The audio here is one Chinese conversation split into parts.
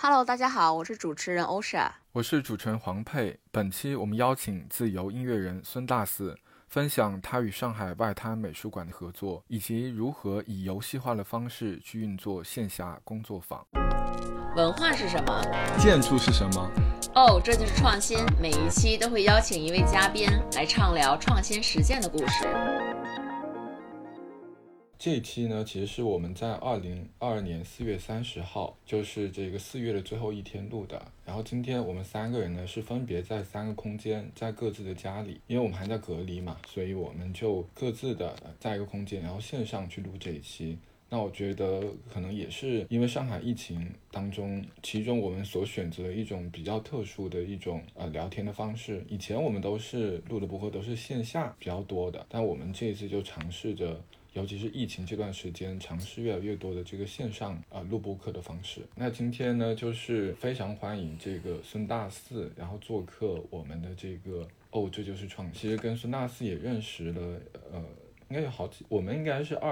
Hello，大家好，我是主持人欧莎。 我是主持人黄佩。本期我们邀请自由音乐人孙大四，分享他与上海外滩美术馆的合作，以及如何以游戏化的方式去运作线下工作坊。 文化是什么？ 建筑是什么？ 这就是创新。每一期都会邀请一位嘉宾来畅聊创新实践的故事。 这一期呢，其实是我们在2022年4月30号，就是这个4月的最后一天录的。然后今天我们3个人呢是分别在3个空间，在各自的家里，因为我们还在隔离嘛，所以我们就各自的在一个空间，然后线上去录这一期。那我觉得可能也是因为上海疫情当中，其中我们所选择的一种比较特殊的一种聊天的方式。以前我们都是录的播客都是线下比较多的，但我们这一次就尝试着，尤其是疫情这段时间，尝试越来越多的这个线上录播课的方式。那今天呢，就是非常欢迎这个孙大四，然后做客我们的这个这就是创新。其实跟孙大四也认识了，应该有我们应该是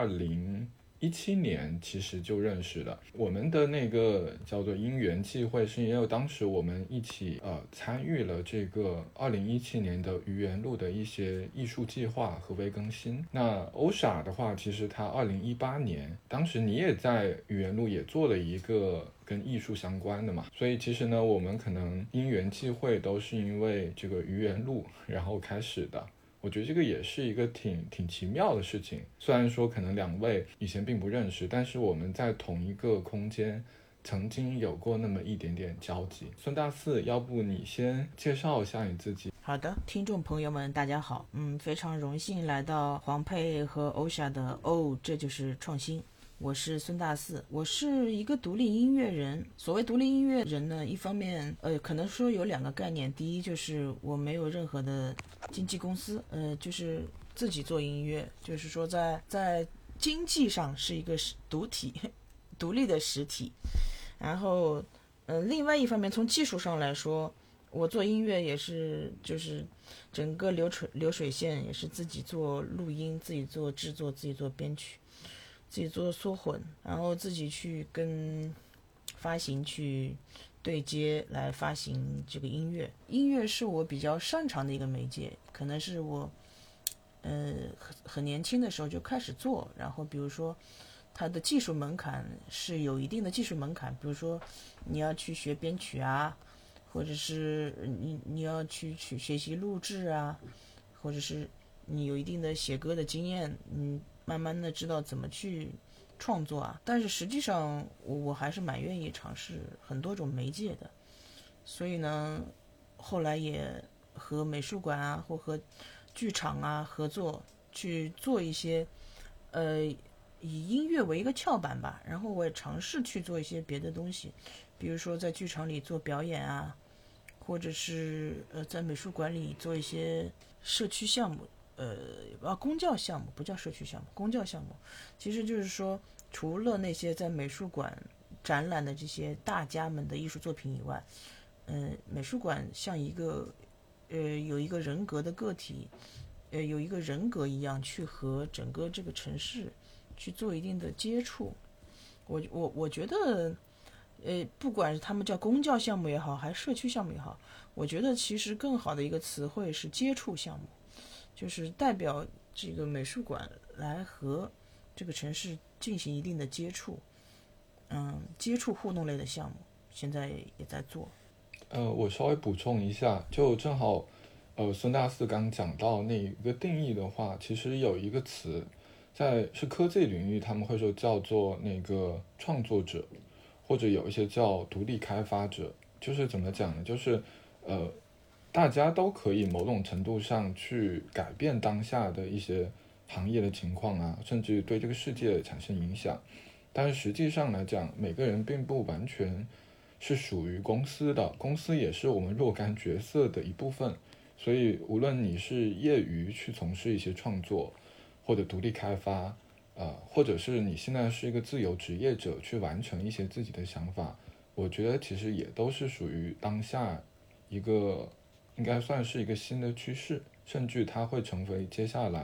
2017年其实就认识了。我们的那个叫做因缘际会，是因为当时我们一起参与了这个2017年的愚园路的一些艺术计划和微更新。那欧傻的话，其实他2018年当时你也在愚园路也做了一个跟艺术相关的嘛，所以其实呢，我们可能因缘际会都是因为这个愚园路然后开始的。我觉得这个也是一个挺奇妙的事情，虽然说可能两位以前并不认识，但是我们在同一个空间曾经有过那么一点点交集。孙大四，要不你先介绍一下你自己？ 好的，听众朋友们大家好，非常荣幸来到黄佩和欧莎的这就是创新。我是孙大四，我是一个独立音乐人。所谓独立音乐人呢，一方面可能说有两个概念，第一就是我没有任何的经纪公司，就是自己做音乐，就是说在经济上是一个独立的实体。然后另外一方面从技术上来说，我做音乐也是就是整个流水线也是自己做录音，自己做制作，自己做编曲，自己做缩混，然后自己去跟发行去对接来发行这个音乐。音乐是我比较擅长的一个媒介，可能是我很年轻的时候就开始做。然后比如说它的技术门槛是有一定的技术门槛，比如说你要去学编曲啊，或者是你要去学习录制啊，或者是你有一定的写歌的经验，慢慢的知道怎么去创作啊。但是实际上我还是蛮愿意尝试很多种媒介的，所以呢，后来也和美术馆啊或和剧场啊合作，去做一些以音乐为一个跳板吧。然后我也尝试去做一些别的东西，比如说在剧场里做表演啊，或者是在美术馆里做一些社区项目，公教项目，不叫社区项目，公教项目。其实就是说，除了那些在美术馆展览的这些大家们的艺术作品以外，美术馆像一个有一个人格的个体，有一个人格一样，去和整个这个城市去做一定的接触。我觉得不管是他们叫公教项目也好，还是社区项目也好，我觉得其实更好的一个词汇是接触项目，就是代表这个美术馆来和这个城市进行一定的接触，接触互动类的项目，现在也在做。 我稍微补充一下，就正好，孙大四刚讲到那一个定义的话，其实有一个词，是科技领域他们会说叫做那个创作者，或者有一些叫独立开发者。就是怎么讲呢？就是大家都可以某种程度上去改变当下的一些行业的情况啊，甚至对这个世界产生影响。但是实际上来讲，每个人并不完全是属于公司的，公司也是我们若干角色的一部分。所以无论你是业余去从事一些创作，或者独立开发，或者是你现在是一个自由职业者去完成一些自己的想法，我觉得其实也都是属于当下一个应该算是一个新的趋势，甚至它会成为接下来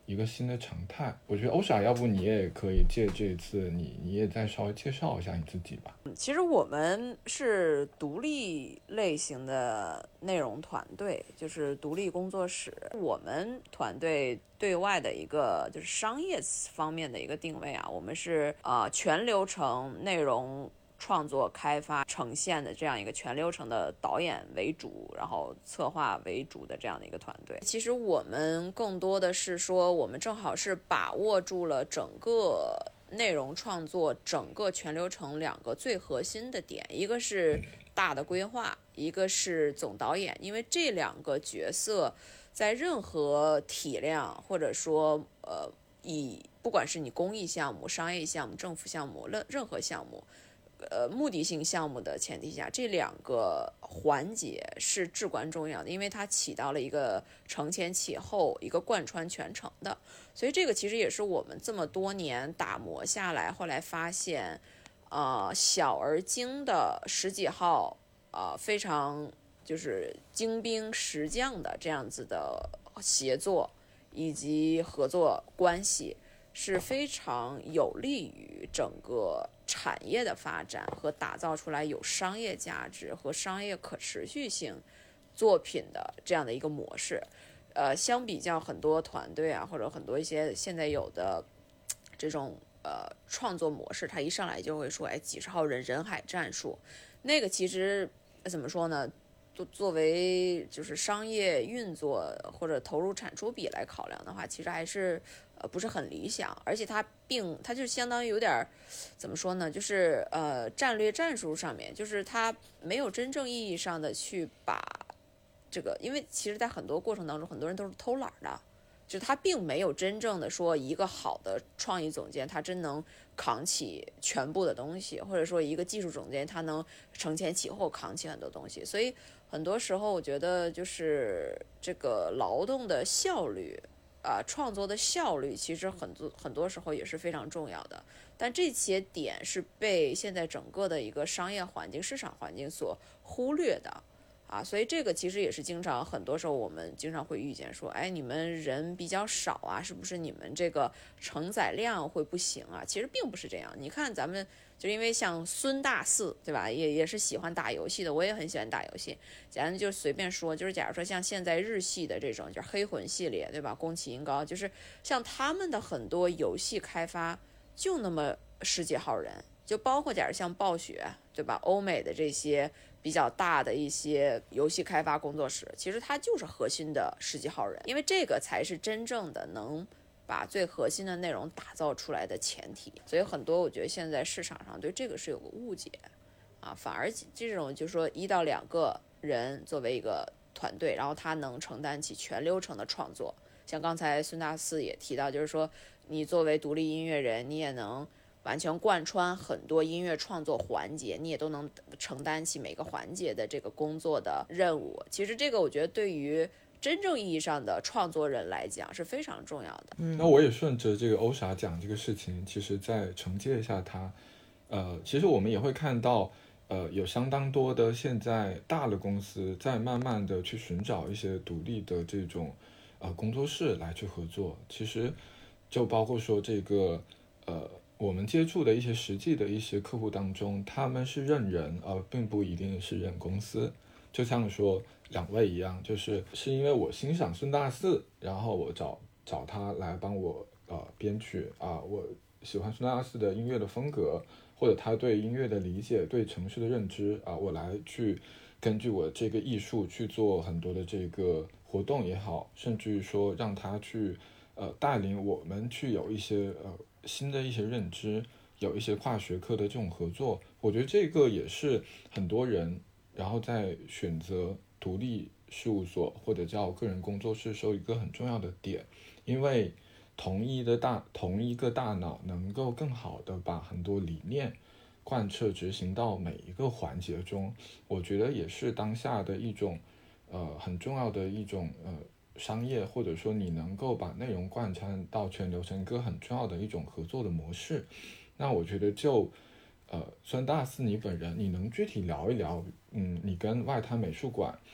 一个新的常态。我觉得欧莎，要不你也可以借这一次你也再稍微介绍一下你自己吧。 其实我们是独立类型的内容团队，就是独立工作室。我们团队对外的一个就是商业方面的一个定位啊，我们是全流程内容创作、开发、呈现的这样一个全流程的导演为主，然后策划为主的这样的一个团队。其实我们更多的是说，我们正好是把握住了整个内容创作整个全流程两个最核心的点，一个是大的规划，一个是总导演。因为这两个角色在任何体量或者说不管是你公益项目、商业项目、政府项目、任何项目目的性项目的前提下，这两个环节是至关重要的，因为它起到了一个承前启后、一个贯穿全程的。所以这个其实也是我们这么多年打磨下来，后来发现，小而精的十几号，非常就是精兵实将的这样子的协作以及合作关系，是非常有利于整个产业的发展和打造出来有商业价值和商业可持续性作品的这样的一个模式。相比较很多团队啊，或者很多一些现在有的这种创作模式，它一上来就会说，几十号人人海战术，那个其实怎么说呢？作为就是商业运作或者投入产出比来考量的话，其实还是不是很理想，而且它就相当于有点怎么说呢，就是战略战术上面，就是它没有真正意义上的去把这个，因为其实在很多过程当中，很多人都是偷懒的，就是他并没有真正的说一个好的创意总监他真能扛起全部的东西，或者说一个技术总监他能承前启后扛起很多东西。所以很多时候我觉得就是这个劳动的效率创作的效率其实很多时候也是非常重要的，但这些点是被现在整个的一个商业环境、市场环境所忽略的。所以这个其实也是很多时候我们经常会遇见说，你们人比较少啊，是不是你们这个承载量会不行啊？其实并不是这样。你看咱们就因为像孙大四，对吧？也是喜欢打游戏的，我也很喜欢打游戏。咱就随便说，就是假如说像现在日系的这种，就是黑魂系列，对吧？宫崎英高，就是像他们的很多游戏开发就那么十几号人，就包括假如像暴雪，对吧？欧美的这些比较大的一些游戏开发工作室，其实它就是核心的十几号人，因为这个才是真正的能把最核心的内容打造出来的前提。所以很多我觉得现在市场上对这个是有个误解反而这种就是说1到2个人作为一个团队，然后他能承担起全流程的创作。像刚才孙大四也提到，就是说你作为独立音乐人，你也能完全贯穿很多音乐创作环节，你也都能承担起每个环节的这个工作的任务。其实这个我觉得对于真正意义上的创作人来讲是非常重要的。 那我也顺着这个欧莎讲这个事情，其实再承接一下他。其实我们也会看到，有相当多的现在大的公司在慢慢的去寻找一些独立的这种工作室来去合作。其实就包括说这个我们接触的一些实际的一些客户当中，他们是认人并不一定是认公司。就像说2位一样，是因为我欣赏孙大四，然后我找他来帮我编曲我喜欢孙大四的音乐的风格，或者他对音乐的理解、对城市的认知我来去根据我这个艺术去做很多的这个活动也好，甚至于说让他去带领我们去有一些新的一些认知，有一些跨学科的这种合作。我觉得这个也是很多人然后在选择独立事务所或者叫个人工作室时候一个很重要的点，因为同一个大脑能够更好的把很多理念贯彻执行到每一个环节中，我觉得也是当下的一种很重要的一种商业，或者说你能够把内容贯穿到全流程一个很重要的一种合作的模式。那我觉得孙大四你本人，你能具体聊一聊你跟外滩美术馆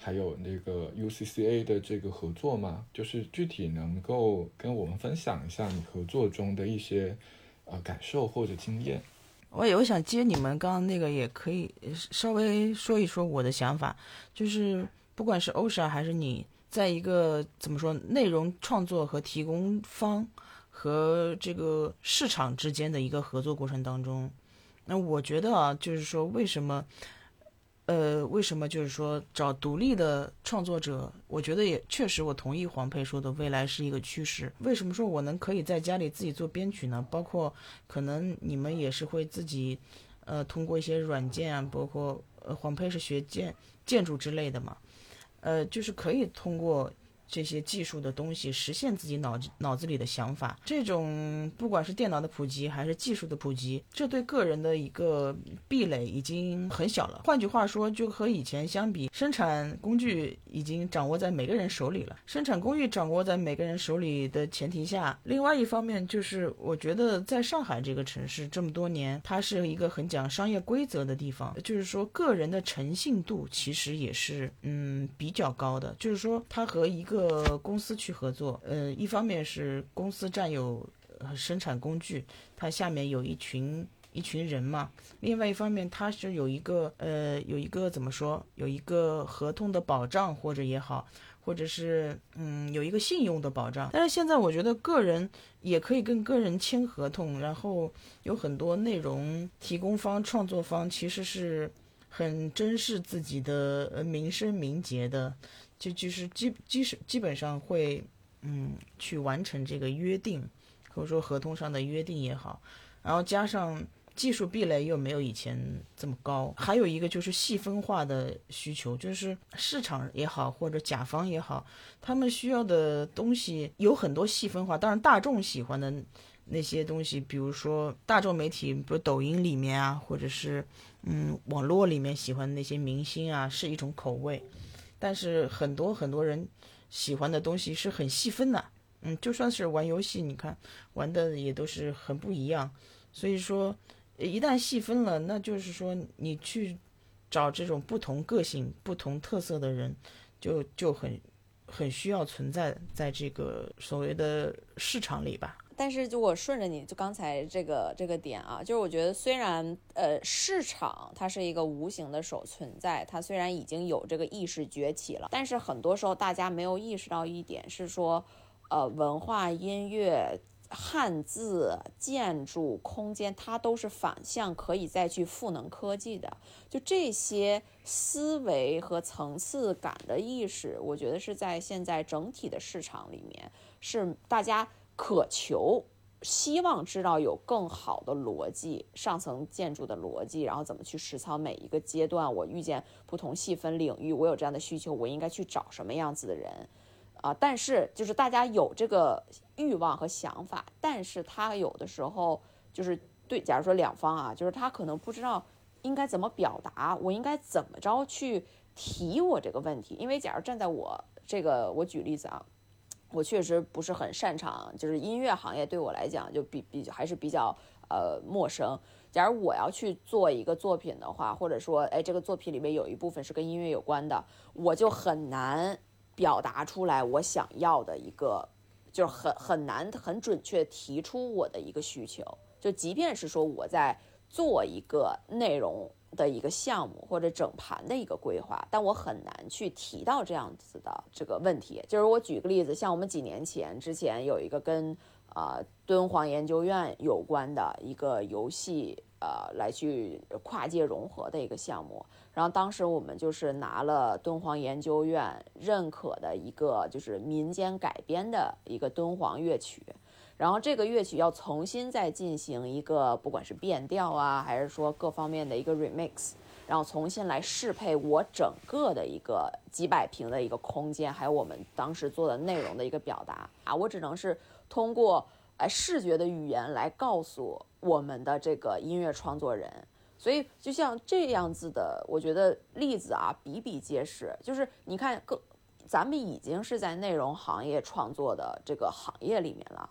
还有那个 UCCA 的这个合作吗？就是具体能够跟我们分享一下你合作中的一些感受或者经验。 我想接你们刚刚那个，也可以稍微说一说我的想法，就是不管是 OSHA 还是你，在一个怎么说内容创作和提供方和这个市场之间的一个合作过程当中，那我觉得啊，就是说为什么就是说找独立的创作者，我觉得也确实我同意黄佩说的，未来是一个趋势。为什么说我可以在家里自己做编曲呢？包括可能你们也是会自己通过一些软件啊，包括黄佩是学建筑之类的嘛，就是可以通过这些技术的东西实现自己脑子里的想法。这种不管是电脑的普及还是技术的普及，这对个人的一个壁垒已经很小了。换句话说，就和以前相比，生产工具已经掌握在每个人手里了。生产工具掌握在每个人手里的前提下，另外一方面就是我觉得在上海这个城市这么多年，它是一个很讲商业规则的地方，就是说个人的诚信度其实也是比较高的。就是说它和一个公司去合作，一方面是公司占有生产工具，它下面有一群人嘛，另外一方面它是有一个怎么说，有一个合同的保障，或者也好，或者是有一个信用的保障。但是现在我觉得个人也可以跟个人签合同，然后有很多内容提供方创作方其实是很珍视自己的名声名节的，就是基本上会去完成这个约定，或者说合同上的约定也好，然后加上技术壁垒又没有以前这么高。还有一个就是细分化的需求，就是市场也好或者甲方也好，他们需要的东西有很多细分化。当然大众喜欢的那些东西，比如说大众媒体，比如抖音里面啊，或者是网络里面喜欢的那些明星啊，是一种口味。但是很多人喜欢的东西是很细分的，就算是玩游戏，你看玩的也都是很不一样。所以说一旦细分了，那就是说你去找这种不同个性不同特色的人，就很需要存在在这个所谓的市场里吧。 但是就我顺着你就刚才这个点啊，就是我觉得虽然市场它是一个无形的手存在，它虽然已经有这个意识崛起了，但是很多时候大家没有意识到一点是说文化音乐汉字建筑空间它都是反向可以再去赋能科技的。就这些思维和层次感的意识，我觉得是在现在整体的市场里面是大家渴求希望知道有更好的逻辑，上层建筑的逻辑，然后怎么去实操每一个阶段，我遇见不同细分领域，我有这样的需求，我应该去找什么样子的人但是就是大家有这个欲望和想法，但是他有的时候就是对，假如说两方啊，就是他可能不知道应该怎么表达，我应该怎么着去提我这个问题。因为假如站在我我举例子啊，我确实不是很擅长，就是音乐行业对我来讲就还是比较陌生。假如我要去做一个作品的话，或者说这个作品里面有一部分是跟音乐有关的，我就很难表达出来我想要的一个，就是很难很准确提出我的一个需求。就即便是说我在做一个内容的一个项目或者整盘的一个规划，但我很难去提到这样子的这个问题。就是我举个例子，像我们几年之前有一个跟敦煌研究院有关的一个游戏来去跨界融合的一个项目，然后当时我们就是拿了敦煌研究院认可的一个就是民间改编的一个敦煌乐曲，然后这个乐曲要重新再进行一个不管是变调啊还是说各方面的一个 remix， 然后重新来适配我整个的一个几百平的一个空间，还有我们当时做的内容的一个表达我只能是通过视觉的语言来告诉我们的这个音乐创作人。所以就像这样子的，我觉得例子比比皆是。就是你看咱们已经是在内容行业创作的这个行业里面了，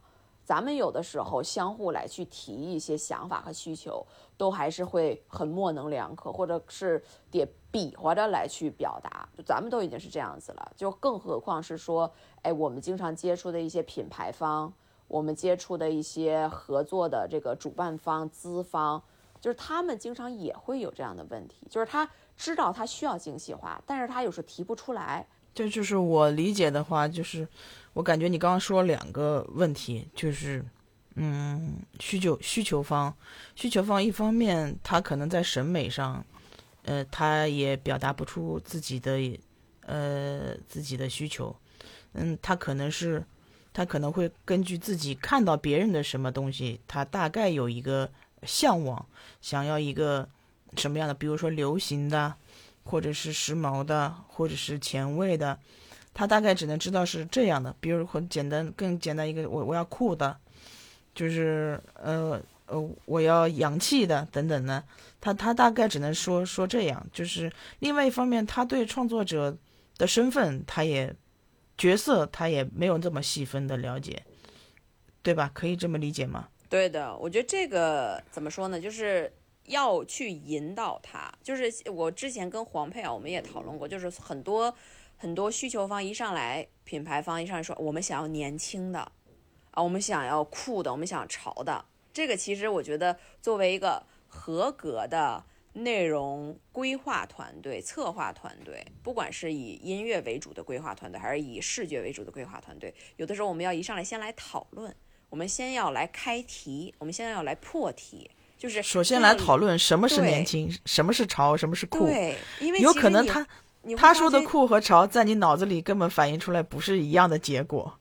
咱们有的时候相互来去提一些想法和需求，都还是会很模棱两可，或者是得比划着来去表达，就咱们都已经是这样子了，就更何况是说，我们经常接触的一些品牌方，我们接触的一些合作的这个主办方、资方，就是他们经常也会有这样的问题，就是他知道他需要精细化，但是他有时候提不出来。 这就是我理解的话，就是我感觉你刚刚说两个问题，就是需求方一方面他可能在审美上，他也表达不出自己的需求，他可能会根据自己看到别人的什么东西，他大概有一个向往，想要一个什么样的，比如说流行的，或者是时髦的，或者是前卫的，他大概只能知道是这样的。比如更简单一个，我要酷的，就是我要洋气的等等的，他大概只能说这样。就是另外一方面，他对创作者的身份，角色他也没有这么细分的了解，对吧？可以这么理解吗？ 对的，我觉得这个怎么说呢，就是要去引导他。就是我之前跟黄佩我们也讨论过，就是很多需求方一上来，品牌方一上来说我们想要年轻的我们想要酷的，我们想要潮的。这个其实我觉得作为一个合格的内容规划团队、策划团队，不管是以音乐为主的规划团队，还是以视觉为主的规划团队，有的时候我们要一上来先来讨论，我们先要来开题，我们先要来破题，就是首先来讨论什么是年轻，什么是潮，什么是酷。 对，因为有可能他说的酷和潮在你脑子里根本反映出来不是一样的结果。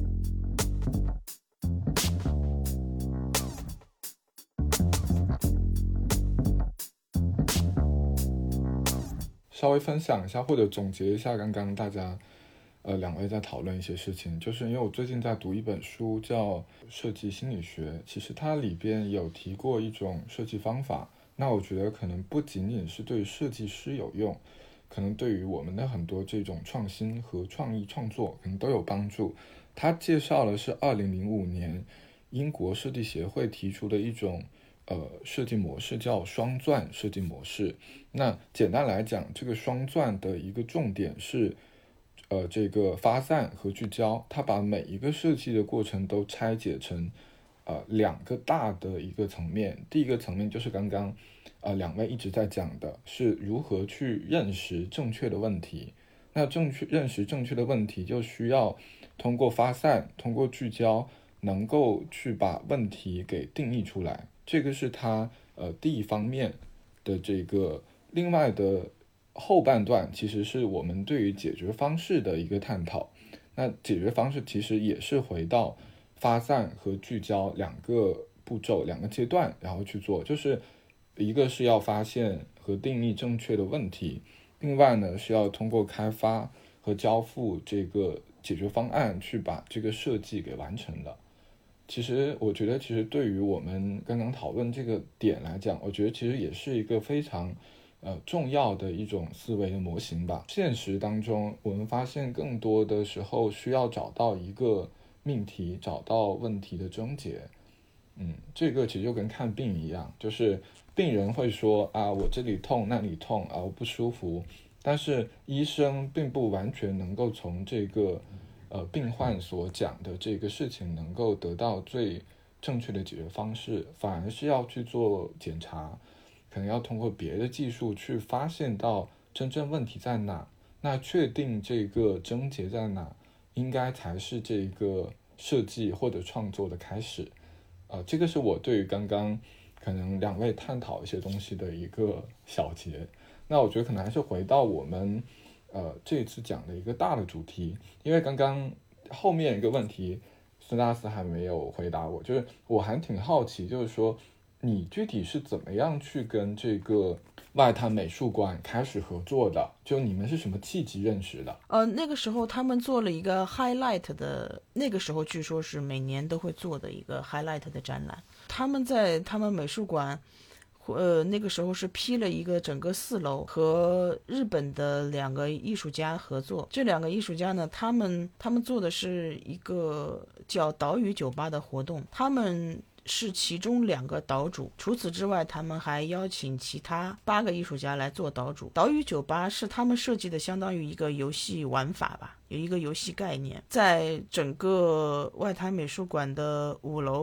稍微分享一下或者总结一下刚刚大家两位在讨论一些事情，就是因为我最近在读一本书叫设计心理学，其实它里边有提过一种设计方法，那我觉得可能不仅仅是对设计师有用，可能对于我们的很多这种创新和创意创作可能都有帮助。他介绍的是2005年英国设计协会提出的一种设计模式，叫双钻设计模式。那简单来讲，这个双钻的一个重点是这个发散和聚焦，它把每一个设计的过程都拆解成两个大的一个层面。第一个层面就是刚刚两位一直在讲的，是如何去认识正确的问题。那认识正确的问题，就需要通过发散，通过聚焦，能够去把问题给定义出来。这个是它第一方面的这个。另外的后半段其实是我们对于解决方式的一个探讨。那解决方式其实也是回到发散和聚焦两个步骤、两个阶段，然后去做。就是一个是要发现和定义正确的问题，另外呢是要通过开发和交付这个解决方案去把这个设计给完成的。其实我觉得对于我们刚刚讨论这个点来讲，我觉得其实也是一个非常重要的一种思维的模型吧。现实当中我们发现更多的时候需要找到一个命题，找到问题的症结。这个其实就跟看病一样，就是病人会说我这里痛那里痛我不舒服，但是医生并不完全能够从这个病患所讲的这个事情能够得到最正确的解决方式，反而是要去做检查，可能要通过别的技术去发现到真正问题在哪，那确定这个症结在哪，应该才是这个设计或者创作的开始。这个是我对于刚刚可能两位探讨一些东西的一个小结。那我觉得可能还是回到我们这一次讲的一个大的主题，因为刚刚后面一个问题孙大师还没有回答我，就是我还挺好奇，就是说你具体是怎么样去跟这个外滩美术馆开始合作的？就你们是什么契机认识的？ 那个时候他们做了一个 highlight 的，那个时候据说是每年都会做的一个 highlight 的展览。他们在他们美术馆那个时候是批了一个整个4楼，和日本的2个艺术家合作。这2个艺术家呢，他们做的是一个叫岛屿酒吧的活动，他们是其中2个岛主。除此之外，他们还邀请其他8个艺术家来做岛主。岛屿酒吧是他们设计的，相当于一个游戏玩法吧，有一个游戏概念。在整个外滩美术馆的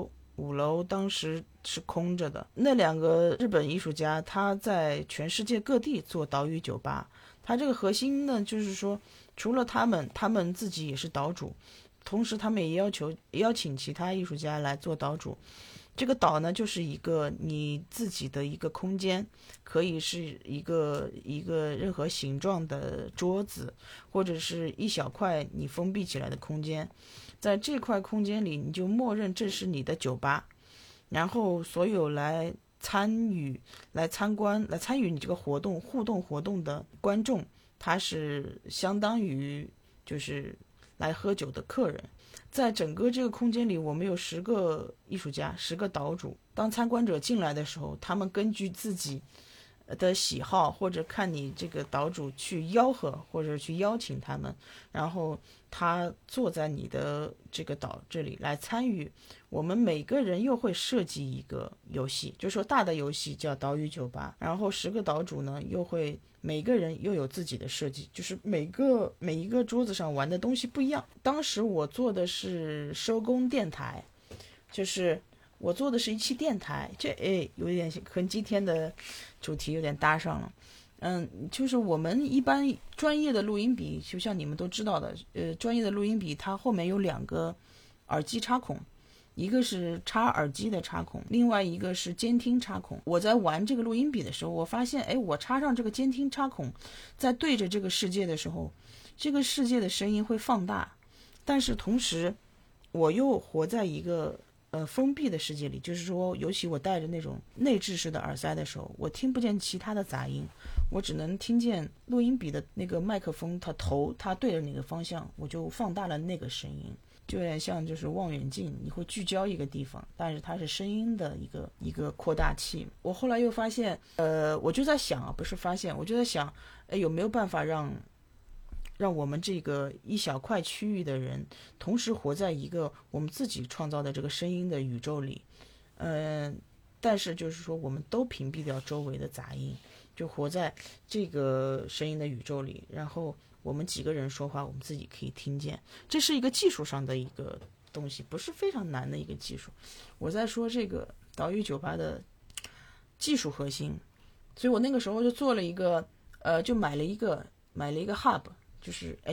5楼当时是空着的。那2个日本艺术家，他在全世界各地做岛屿酒吧。他这个核心呢，就是说，除了他们自己也是岛主，同时他们也邀请其他艺术家来做岛主。这个岛呢，就是一个你自己的一个空间，可以是一个任何形状的桌子，或者是一小块你封闭起来的空间。在这块空间里，你就默认这是你的酒吧，然后所有来参与你这个互动活动的观众，他是相当于就是来喝酒的客人。在整个这个空间里，我们有10个艺术家，10个岛主。当参观者进来的时候，他们根据自己的喜好，或者看你这个岛主去吆喝，或者去邀请他们，然后他坐在你的这个岛这里来参与。我们每个人又会设计一个游戏，就是说大的游戏叫岛屿酒吧，然后10个岛主呢又会每个人又有自己的设计，就是每一个桌子上玩的东西不一样。当时我做的是收工电台，就是我做的是一期电台，这有点和今天的主题有点搭上了。就是我们一般专业的录音笔，就像你们都知道的，专业的录音笔它后面有2个耳机插孔，一个是插耳机的插孔，另外一个是监听插孔。我在玩这个录音笔的时候，我发现，我插上这个监听插孔，在对着这个世界的时候，这个世界的声音会放大，但是同时我又活在一个封闭的世界里，就是说，尤其我戴着那种内置式的耳塞的时候，我听不见其他的杂音，我只能听见录音笔的那个麦克风，它对着哪个方向，我就放大了那个声音，就有点像就是望远镜，你会聚焦一个地方，但是它是声音的一个扩大器。我后来又发现，我就在想啊，不是发现，我就在想，有没有办法让我们这个一小块区域的人同时活在一个我们自己创造的这个声音的宇宙里，但是就是说我们都屏蔽掉周围的杂音，就活在这个声音的宇宙里，然后我们几个人说话我们自己可以听见。这是一个技术上的一个东西，不是非常难的一个技术。我在说这个岛屿酒吧的技术核心，所以我那个时候就做了一个就买了一个 hub，就是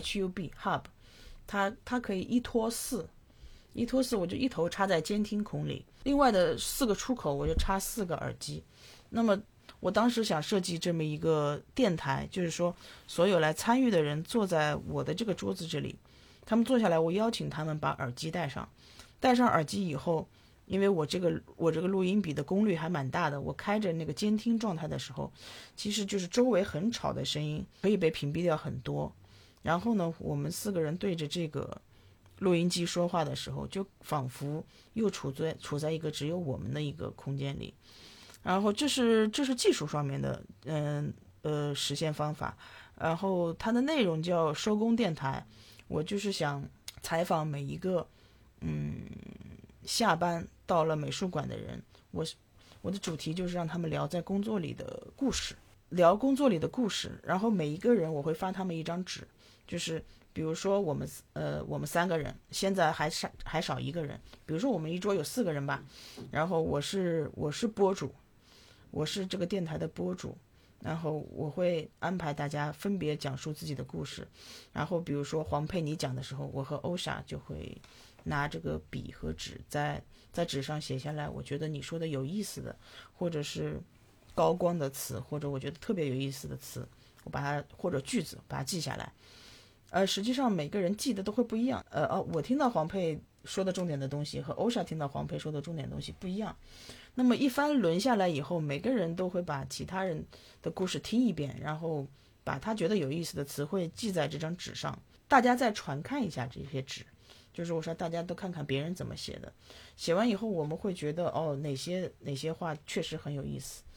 hub， 它可以1拖4，我就一头插在监听孔里，另外的4个出口我就插4个耳机。那么我当时想设计这么一个电台，就是说所有来参与的人坐在我的这个桌子这里，他们坐下来，我邀请他们把耳机戴上耳机以后，因为我这个录音笔的功率还蛮大的，我开着那个监听状态的时候，其实就是周围很吵的声音可以被屏蔽掉很多。然后呢，我们4个人对着这个录音机说话的时候，就仿佛又处在一个只有我们的一个空间里。然后这是技术上面的实现方法。然后它的内容叫收工电台，我就是想采访每一个下班到了美术馆的人，我的主题就是让他们聊在工作里的故事，然后每一个人我会发他们一张纸，就是比如说我们3个人，现在还少1个人，比如说我们一桌有4个人吧，然后我是播主，我是这个电台的播主，然后我会安排大家分别讲述自己的故事。然后比如说黄佩妮讲的时候，我和欧莎就会拿这个笔和纸在纸上写下来我觉得你说的有意思的，或者是高光的词，或者我觉得特别有意思的词，我把它或者句子把它记下来。实际上每个人记得都会不一样。我听到黄佩说的重点的东西和欧莎听到黄佩说的重点的东西不一样。那么一番轮下来以后，每个人都会把其他人的故事听一遍，然后把他觉得有意思的词汇记在这张纸上，大家再传看一下这些纸，就是我说大家都看看别人怎么写的，写完以后我们会觉得哪些话确实很有意思。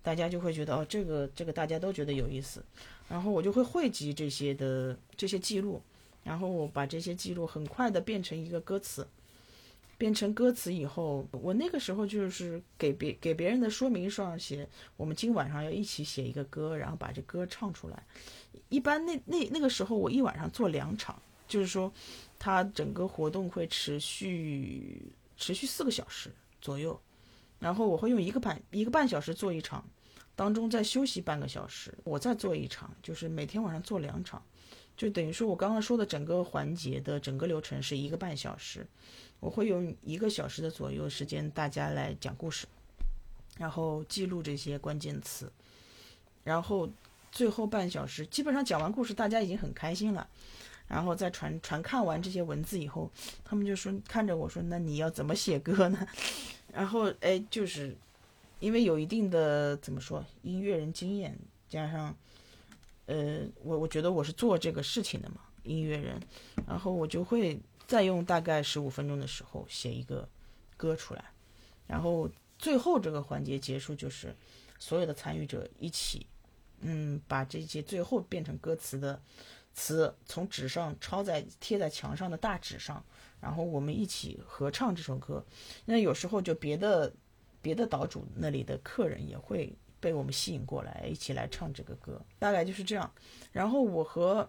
大家就会觉得哦，这个大家都觉得有意思，然后我就会汇集这些记录，然后我把这些记录很快的变成一个歌词。变成歌词以后，我那个时候就是给别人的说明上写，我们今晚上要一起写一个歌，然后把这歌唱出来。一般那个时候我一晚上做2场，就是说，它整个活动会持续4个小时左右，然后我会用一个半小时做一场，当中再休息半个小时，我再做一场，就是每天晚上做2场，就等于说我刚刚说的整个环节的整个流程是1个半小时。我会用1个小时的左右时间，大家来讲故事，然后记录这些关键词，然后最后半小时基本上讲完故事，大家已经很开心了，然后再传看完这些文字以后，他们就说看着我说，那你要怎么写歌呢？然后就是因为有一定的怎么说音乐人经验，加上我觉得我是做这个事情的嘛，音乐人，然后我就会再用大概15分钟的时候写一个歌出来，然后最后这个环节结束，就是所有的参与者一起，把这些最后变成歌词的词从纸上贴在墙上的大纸上，然后我们一起合唱这首歌。那有时候就别的岛主那里的客人也会被我们吸引过来，一起来唱这个歌，大概就是这样。然后我和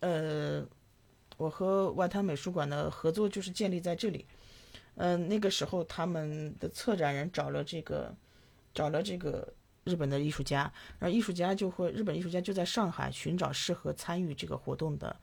外滩美术馆的合作就是建立在这里。那个时候他们的策展人找了这个日本的艺术家，然后日本艺术家就在上海寻找适合参与这个活动的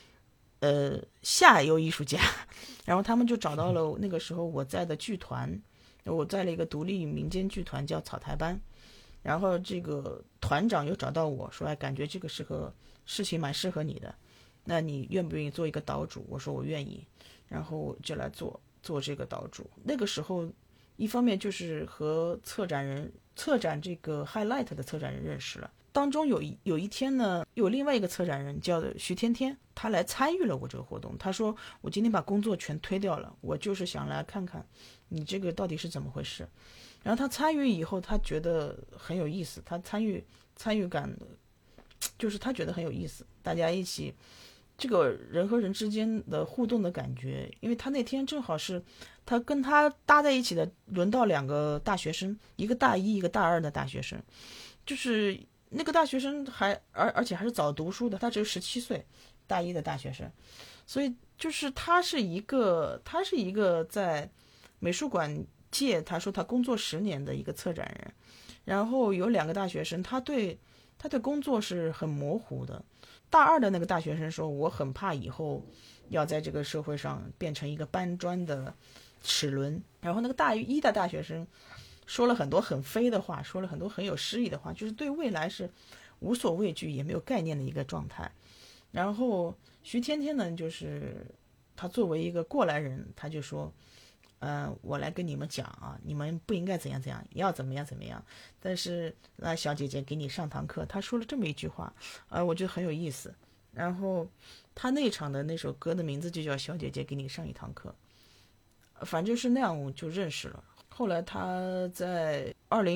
下游艺术家，然后他们就找到了那个时候我在的剧团，我在了一个独立民间剧团叫草台班，然后这个团长又找到我说，感觉这个事情蛮适合你的，那你愿不愿意做一个岛主？我说我愿意，然后我就来做这个岛主。那个时候一方面就是和策展这个 Highlight 的策展人认识了，当中有一天呢，有另外一个策展人叫徐天天，他来参与了我这个活动。他说我今天把工作全推掉了，我就是想来看看你这个到底是怎么回事。然后他参与以后，他觉得很有意思，他参与感就是他觉得很有意思，大家一起这个人和人之间的互动的感觉。因为他那天正好是他跟他搭在一起的，轮到2个大学生，一个大1一个大2的大学生，就是那个大学生而且还是早读书的，他只有17岁，大1的大学生，所以就是他是一个在美术馆界，他说他工作10年的一个策展人。然后有2个大学生，他对工作是很模糊的。大2的那个大学生说，我很怕以后要在这个社会上变成一个搬砖的齿轮。然后那个大1的大学生说了很多很飞的话，说了很多很有诗意的话，就是对未来是无所畏惧也没有概念的一个状态。然后徐天天呢，就是他作为一个过来人，他就说我来跟你们讲啊，你们不应该怎样怎样，要怎么样怎么样，但是小姐姐给你上堂课。他说了这么一句话，我觉得很有意思。然后他那场的那首歌的名字就叫小姐姐给你上一堂课，反正就是那样我就认识了。后来他在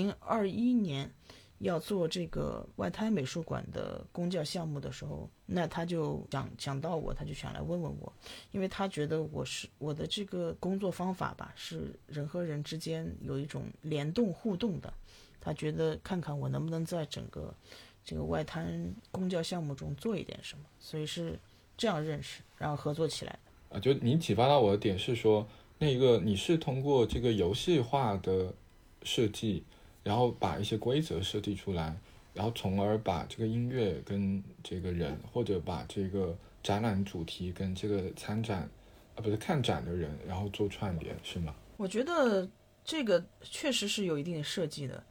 2021年要做这个外滩美术馆的公教项目的时候，那他就想到我，他就想来问问我，因为他觉得我的这个工作方法吧，是人和人之间有一种联动互动的，他觉得看看我能不能在整个这个外滩公教项目中做一点什么，所以是这样认识，然后合作起来的。 就你启发到我的点是说，那个你是通过这个游戏化的设计，然后把一些规则设计出来，然后从而把这个音乐跟这个人，或者把这个展览主题跟这个看展的人，然后做串联，是吗？ 我觉得这个确实是有一定的设计的。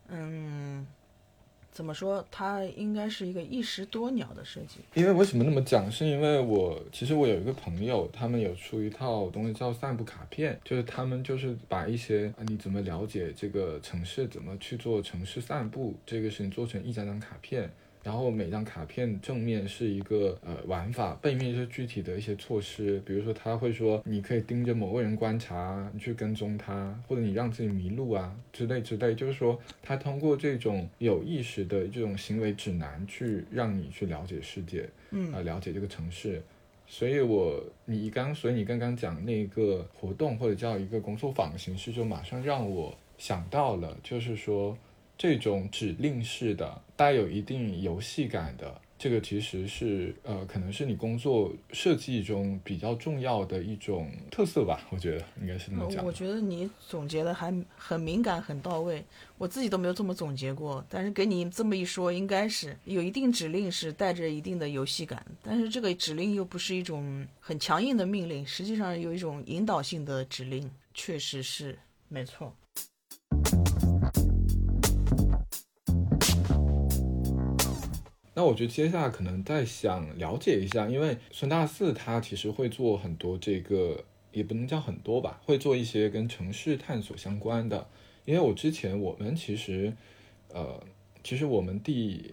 怎么说，它应该是一个一石多鸟的设计。 因为为什么那么讲，是因为其实我有一个朋友，他们有出一套东西叫散步卡片，就是他们就是把一些你怎么了解这个城市，怎么去做城市散步这个事情做成一张张卡片， 然后每张卡片正面是一个玩法，背面是具体的一些措施，比如说他会说你可以盯着某个人观察，你去跟踪他，或者你让自己迷路啊之类，就是说他通过这种有意识的这种行为指南去让你去了解世界，了解这个城市。所以你刚刚讲那个活动或者叫一个工作坊的形式，就马上让我想到了，就是说这种指令式的带有一定游戏感的，这个其实是可能是你工作设计中比较重要的一种特色吧，我觉得应该是这么讲。 我觉得你总结的还很敏感很到位，我自己都没有这么总结过，但是给你这么一说，应该是有一定指令是带着一定的游戏感，但是这个指令又不是一种很强硬的命令，实际上有一种引导性的指令，确实是没错。 那我觉得接下来可能再想了解一下，因为孙大四他其实会做很多这个，也不能叫很多吧，会做一些跟城市探索相关的。因为我们其实我们第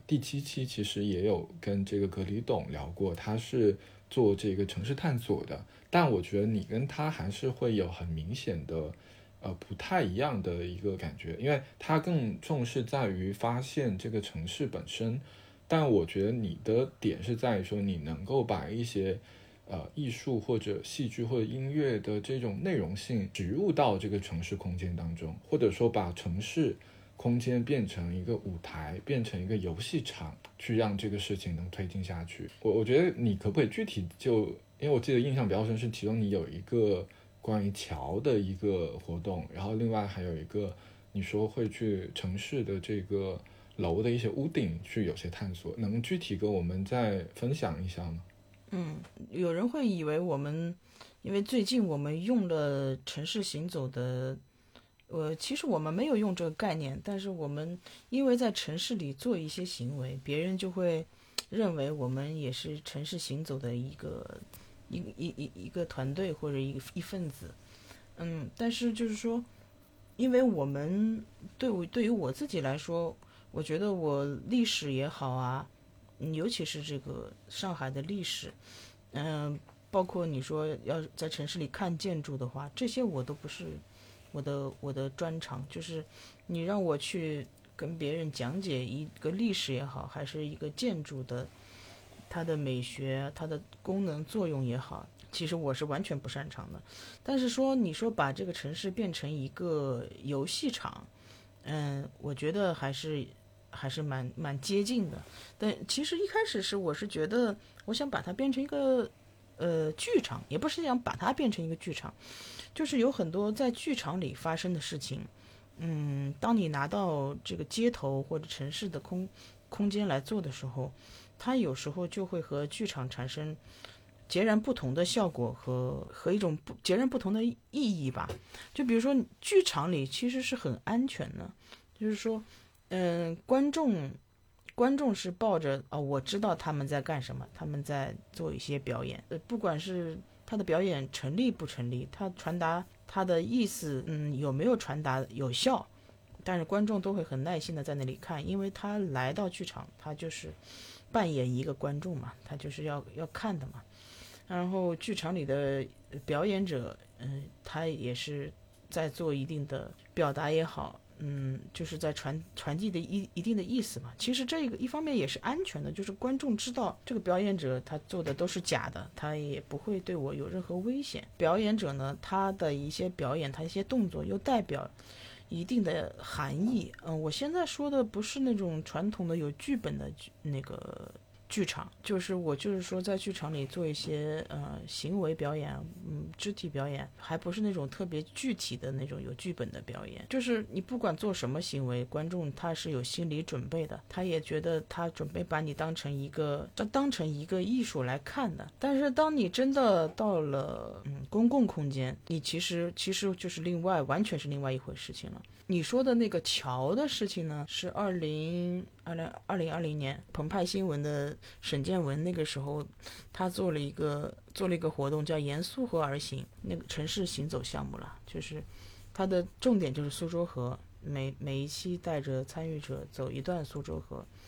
7期其实也有跟这个葛李董聊过，他是做这个城市探索的，但我觉得你跟他还是会有很明显的不太一样的一个感觉，因为他更重视在于发现这个城市本身，但我觉得你的点是在于说你能够把一些艺术或者戏剧或者音乐的这种内容性植入到这个城市空间当中，或者说把城市空间变成一个舞台，变成一个游戏场，去让这个事情能推进下去。我觉得你可不可以具体因为我记得印象比较深是其中你有一个关于桥的一个活动，然后另外还有一个你说会去城市的这个楼的一些屋顶去有些探索，能具体跟我们再分享一下吗？ 有人会以为因为最近我们用了城市行走的，其实我们没有用这个概念，但是我们因为在城市里做一些行为，别人就会认为我们也是城市行走的一个团队或者一份子。但是就是说，因为我们对于我自己来说，我觉得我历史也好啊，尤其是这个上海的历史，包括你说要在城市里看建筑的话，这些我都不是我的专长，就是你让我去跟别人讲解一个历史也好，还是一个建筑的它的美学、它的功能作用也好，其实我是完全不擅长的。但是你说把这个城市变成一个游戏场，我觉得还是蛮接近的。但其实一开始我是觉得我想把它变成一个剧场，也不是想把它变成一个剧场，就是有很多在剧场里发生的事情，当你拿到这个街头或者城市的空间来做的时候，它有时候就会和剧场产生截然不同的效果和一种截然不同的意义吧。就比如说剧场里其实是很安全的，就是说观众是抱着我知道他们在干什么，他们在做一些表演，不管是他的表演成立不成立，他传达他的意思有没有传达有效，但是观众都会很耐心的在那里看，因为他来到剧场，他就是扮演一个观众嘛，他就是要看的嘛。然后剧场里的表演者他也是在做一定的表达也好，就是在传递的一定的意思嘛。其实这个一方面也是安全的，就是观众知道这个表演者他做的都是假的，他也不会对我有任何危险。表演者呢，他的一些表演，他一些动作又代表一定的含义。我现在说的不是那种传统的有剧本的那个剧场，我就是说在剧场里做一些行为表演，肢体表演，还不是那种特别具体的那种有剧本的表演。就是你不管做什么行为，观众他是有心理准备的，他也觉得他准备把你当成一个艺术来看的。但是当你真的到了公共空间，你其实就是完全是另外一回事情了。你说的那个桥的事情呢，是2020年澎湃新闻的沈建文那个时候，他做了一个活动叫沿苏河而行，那个城市行走项目了，就是它的重点就是苏州河，每一期带着参与者走一段苏州河，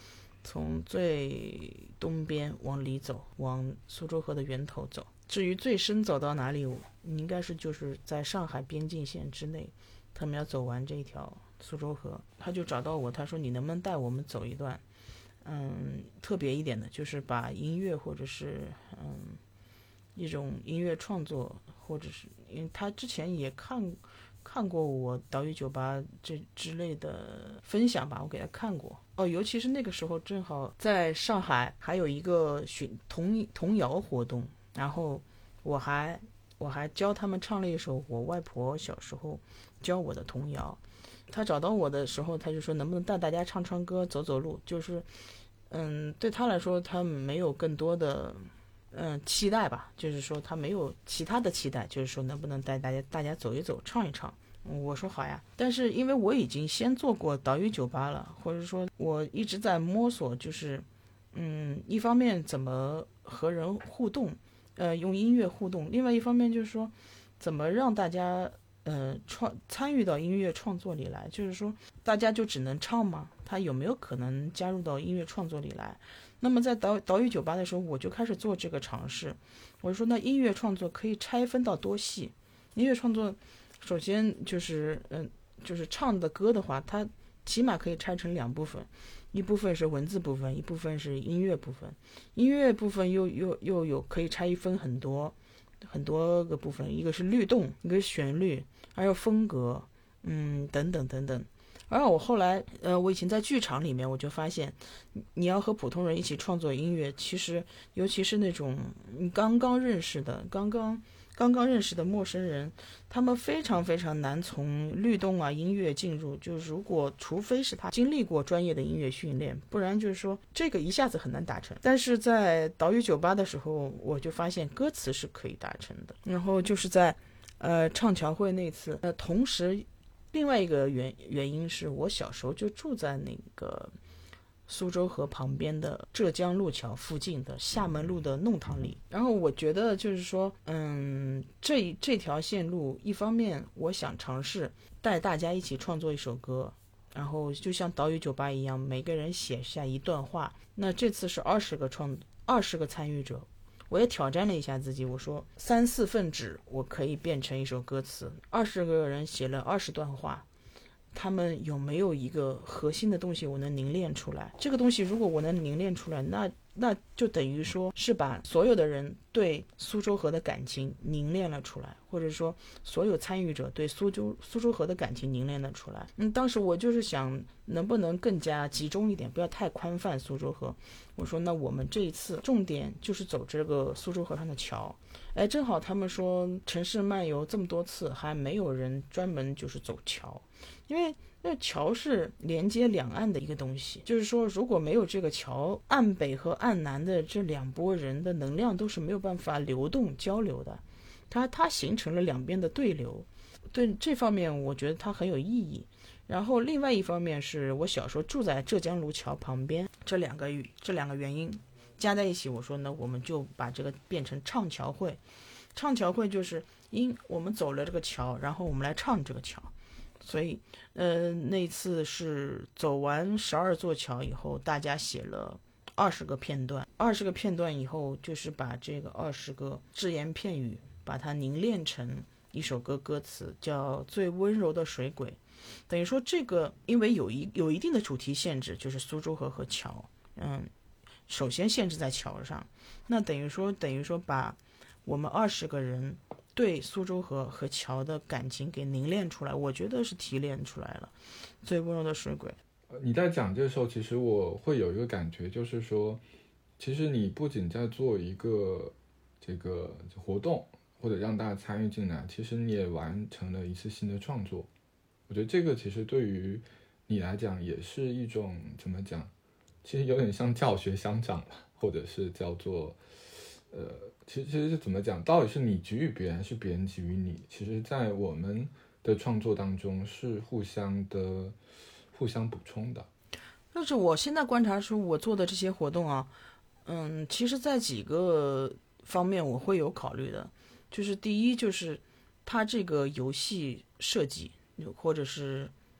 从最东边往里走，往苏州河的源头走。至于最深走到哪里，应该是就是在上海边境线之内，他们要走完这一条苏州河。他就找到我，他说你能不能带我们走一段特别一点的，就是把音乐或者是一种音乐创作，或者是因为他之前也看过我岛屿酒吧这之类的分享吧，我给他看过尤其是那个时候正好在上海还有一个童谣活动，然后我还教他们唱了一首我外婆小时候教我的童谣。他找到我的时候，他就说能不能带大家唱唱歌走走路，就是对他来说他没有更多的期待吧，就是说他没有其他的期待，就是说能不能带大家走一走唱一唱。我说好呀，但是因为我已经先做过岛屿酒吧了，或者说我一直在摸索，就是一方面怎么和人互动，用音乐互动，另外一方面就是说怎么让大家参与到音乐创作里来，就是说大家就只能唱吗？他有没有可能加入到音乐创作里来？那么在岛屿酒吧的时候，我就开始做这个尝试。我就说那音乐创作可以拆分到多细？音乐创作首先就是唱的歌的话，它起码可以拆成两部分，一部分是文字部分，一部分是音乐部分。音乐部分又有可以拆分很多个部分，一个是律动，一个是旋律，还有风格，等等等等。而我后来我以前在剧场里面，我就发现你要和普通人一起创作音乐，其实尤其是那种你刚刚认识的陌生人，他们非常非常难从律动啊音乐进入，就是除非是他经历过专业的音乐训练，不然就是说这个一下子很难达成。但是在岛屿酒吧的时候，我就发现歌词是可以达成的。然后就是在唱桥会那次，同时另外一个原因是我小时候就住在那个苏州河旁边的浙江路桥附近的厦门路的弄堂里。然后我觉得就是说这条线路，一方面我想尝试带大家一起创作一首歌，然后就像岛屿酒吧一样，每个人写下一段话。那这次是20个参与者，我也挑战了一下自己，我说3-4份纸我可以变成一首歌词，20个人写了20段话，他们有没有一个核心的东西我能凝练出来？这个东西如果我能凝练出来，那就等于说是把所有的人对苏州河的感情凝练了出来，或者说所有参与者对苏州河的感情凝练了出来。当时我就是想能不能更加集中一点，不要太宽泛苏州河。我说那我们这一次重点就是走这个苏州河上的桥。正好他们说城市漫游这么多次还没有人专门就是走桥，因为那桥是连接两岸的一个东西，就是说如果没有这个桥，岸北和岸南的这两拨人的能量都是没有办法流动交流的，它形成了两边的对流。对这方面我觉得它很有意义。然后另外一方面是我小时候住在浙江路桥旁边，这两个原因加在一起，我说呢我们就把这个变成唱桥会。唱桥会就是我们走了这个桥，然后我们来唱这个桥。所以那次是走完12座桥以后，大家写了20个片段，20个片段以后就是把这个20个只言片语把它凝练成一首歌词，叫最温柔的水鬼。等于说这个因为有一定的主题限制，就是苏州河和桥，首先限制在桥上，那等于说把我们20个人对苏州河和桥的感情给凝练出来，我觉得是提炼出来了最温柔的水鬼。 你在讲这时候，其实我会有一个感觉，就是说其实你不仅在做一个这个活动或者让大家参与进来，其实你也完成了一次新的创作。我觉得这个其实对于你来讲也是一种怎么讲，其实有点像教学相长吧，或者是叫做其实是怎么讲，到底是你给予别人还是别人给予你，其实在我们的创作当中是互相补充的。 但是我现在观察出我做的这些活动啊，其实在几个方面我会有考虑的。就是第一，就是它这个游戏设计或者是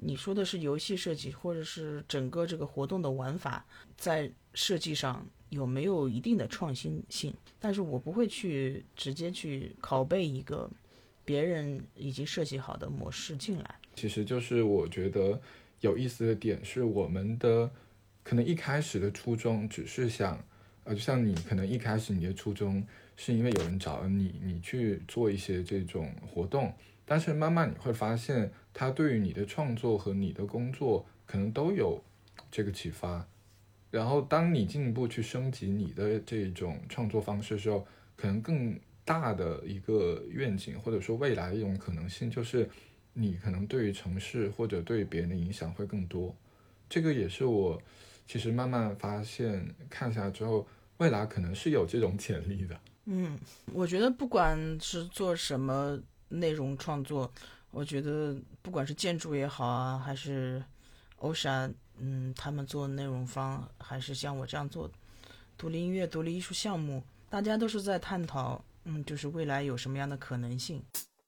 你说的是游戏设计，或者是整个这个活动的玩法，在设计上有没有一定的创新性？但是我不会去直接去拷贝一个别人已经设计好的模式进来。 其实就是我觉得有意思的点是，我们的可能一开始的初衷只是想，就像你可能一开始你的初衷是因为有人找了你，你去做一些这种活动，但是慢慢你会发现，它对于你的创作和你的工作可能都有这个启发。然后当你进一步去升级你的这种创作方式的时候，可能更大的一个愿景或者说未来的一种可能性，就是你可能对于城市或者对别人的影响会更多。这个也是我其实慢慢发现，看下来之后，未来可能是有这种潜力的。 我觉得不管是做什么内容创作，我觉得不管是建筑也好啊，还是欧莎他们做内容方，还是像我这样做独立音乐、独立艺术项目，大家都是在探讨就是未来有什么样的可能性。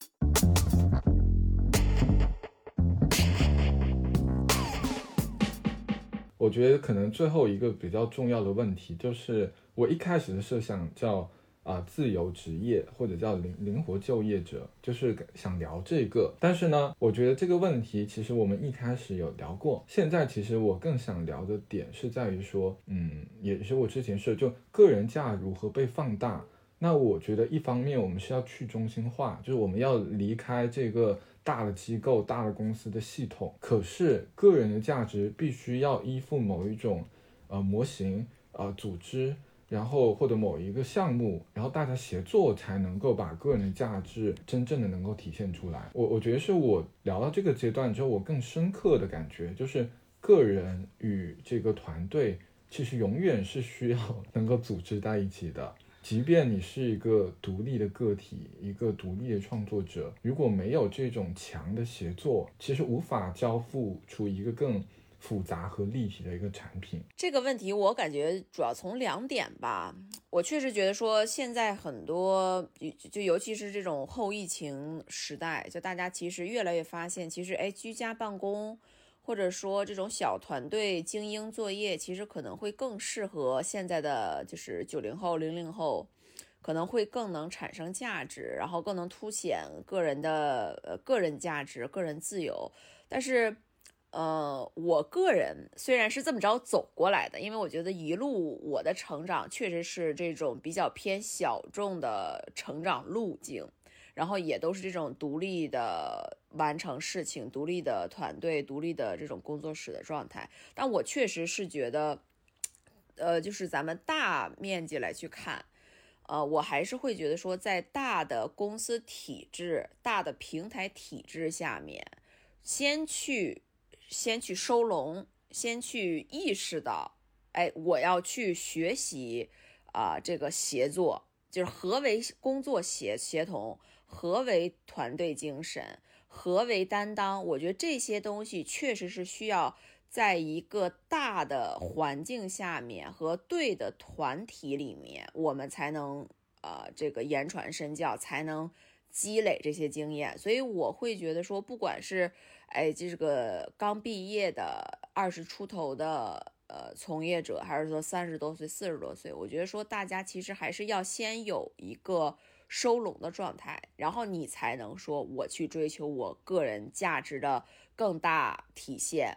我觉得可能最后一个比较重要的问题，就是我一开始的设想叫自由职业，或者叫灵活就业者，就是想聊这个。但是呢，我觉得这个问题其实我们一开始有聊过，现在其实我更想聊的点是在于说，也是我之前说，就个人价如何被放大。那我觉得一方面我们是要去中心化，就是我们要离开这个大的机构、大的公司的系统，可是个人的价值必须要依附某一种模型、组织，然后或者某一个项目，然后大家协作才能够把个人的价值真正的能够体现出来。我觉得是我聊到这个阶段之后，我更深刻的感觉就是个人与这个团队其实永远是需要能够组织在一起的。即便你是一个独立的个体，一个独立的创作者，如果没有这种强的协作，其实无法交付出一个更复杂和立体的一个产品。 这个问题我感觉主要从2点吧。我确实觉得说现在很多就尤其是这种后疫情时代，就大家其实越来越发现，其实居家办公或者说这种小团队精英作业，其实可能会更适合现在的就是90后、00后，可能会更能产生价值，然后更能凸显个人的个人价值、个人自由。但是我个人虽然是这么着走过来的，因为我觉得一路我的成长确实是这种比较偏小众的成长路径，然后也都是这种独立的完成事情、独立的团队、独立的这种工作室的状态。但我确实是觉得就是咱们大面积来去看，我还是会觉得说，在大的公司体制、大的平台体制下面，先去收拢，先去意识到，我要去学习这个协作，就是何为工作协同，何为团队精神，何为担当。我觉得这些东西确实是需要在一个大的环境下面和对的团体里面，我们才能这个言传身教，才能积累这些经验。所以我会觉得说，不管是这个刚毕业的20出头的从业者，还是说30多岁、40多岁，我觉得说大家其实还是要先有一个收拢的状态，然后你才能说我去追求我个人价值的更大体现。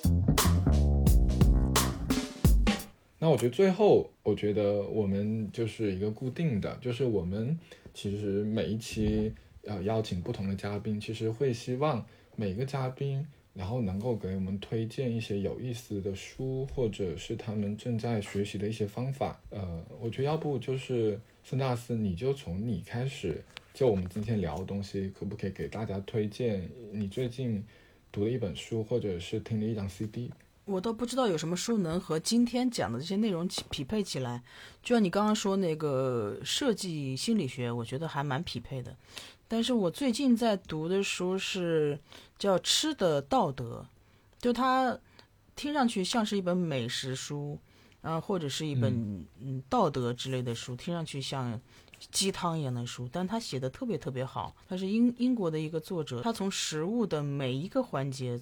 那我觉得最后，我觉得我们就是一个固定的，就是我们其实每一期邀请不同的嘉宾，其实会希望每个嘉宾然后能够给我们推荐一些有意思的书，或者是他们正在学习的一些方法。我觉得要不就是孙大师，你就从你开始，就我们今天聊的东西，可不可以给大家推荐你最近读了一本书，或者是听了一张 CD？ 我倒不知道有什么书能和今天讲的这些内容匹配起来。就像你刚刚说那个设计心理学，我觉得还蛮匹配的。但是我最近在读的书是叫《吃的道德》，就它听上去像是一本美食书，或者是一本道德之类的书，听上去像鸡汤一样的书，但他写的特别特别好。他是英国的一个作者，他从食物的每一个环节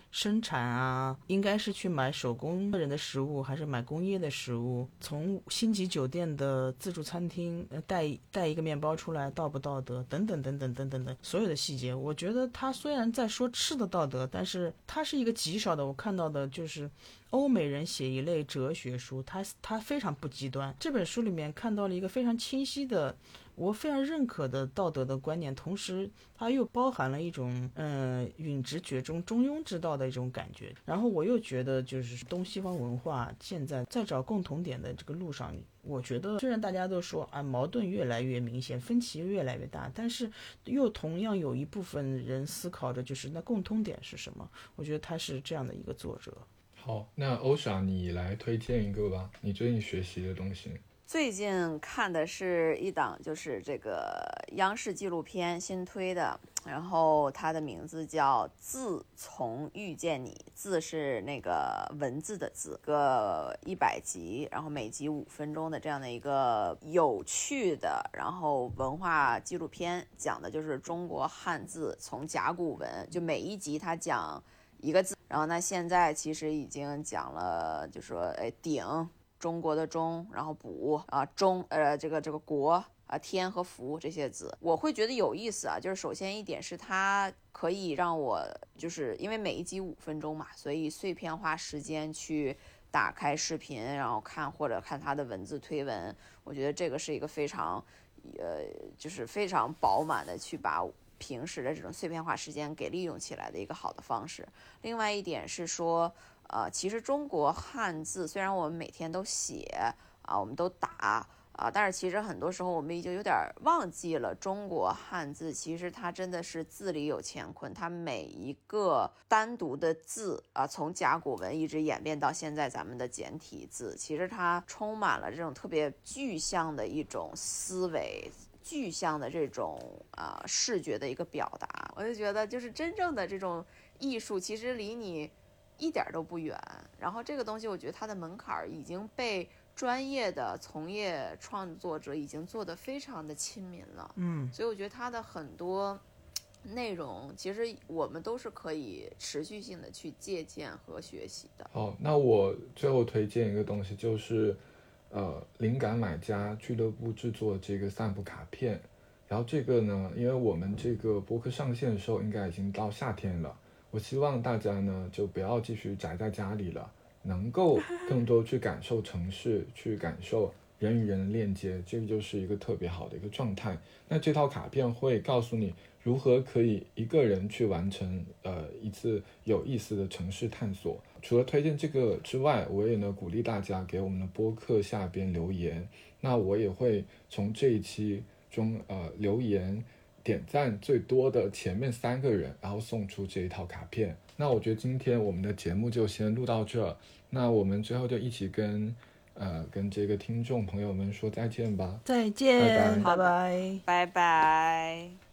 生产啊，应该是去买手工人的食物还是买工业的食物，从星级酒店的自助餐厅带一个面包出来道不道德，等等等等等等等所有的细节。我觉得他虽然在说吃的道德，但是他是一个极少的，我看到的就是欧美人写一类哲学书，他非常不极端。这本书里面看到了一个非常清晰的，我非常认可的道德的观念，同时它又包含了一种允直觉中中庸之道的一种感觉。然后我又觉得就是东西方文化现在在找共同点的这个路上，我觉得虽然大家都说矛盾越来越明显，分歧越来越大，但是又同样有一部分人思考着就是那共通点是什么。我觉得他是这样的一个作者。 好，那欧莎你来推荐一个吧，你最近学习的东西。 最近看的是一档就是这个央视纪录片新推的，然后它的名字叫《自从遇见你》，字是那个文字的字，个100集，然后每集5分钟的这样的一个有趣的然后文化纪录片，讲的就是中国汉字从甲骨文，就每一集它讲一个字，然后那现在其实已经讲了，就说鼎，中国的中，然后补中，这个国天和福这些字，我会觉得有意思啊。就是首先一点是它可以让我，就是因为每一集5分钟嘛，所以碎片化时间去打开视频，然后看或者看它的文字推文，我觉得这个是一个非常就是非常饱满的去把平时的这种碎片化时间给利用起来的一个好的方式。另外一点是说其实中国汉字虽然我们每天都写我们都打但是其实很多时候我们已经有点忘记了，中国汉字其实它真的是字里有乾坤，它每一个单独的字从甲骨文一直演变到现在咱们的简体字，其实它充满了这种特别具象的一种思维，具象的这种视觉的一个表达。我就觉得就是真正的这种艺术其实离你一点都不远，然后这个东西我觉得它的门槛已经被专业的从业创作者已经做得非常的亲民了，所以我觉得它的很多内容其实我们都是可以持续性的去借鉴和学习的。 好，那我最后推荐一个东西，就是灵感买家俱乐部制作这个散步卡片。然后这个呢，因为我们这个播客上线的时候应该已经到夏天了，我希望大家呢就不要继续宅在家里了，能够更多去感受城市，去感受人与人的链接，这个就是一个特别好的一个状态。那这套卡片会告诉你如何可以一个人去完成一次有意思的城市探索。除了推荐这个之外，我也呢鼓励大家给我们的播客下边留言，那我也会从这一期中留言点赞最多的前面3个人，然后送出这一套卡片。那我觉得今天我们的节目就先录到这，那我们最后就一起跟这个听众朋友们说再见吧。 再见， 拜拜拜拜， 拜拜。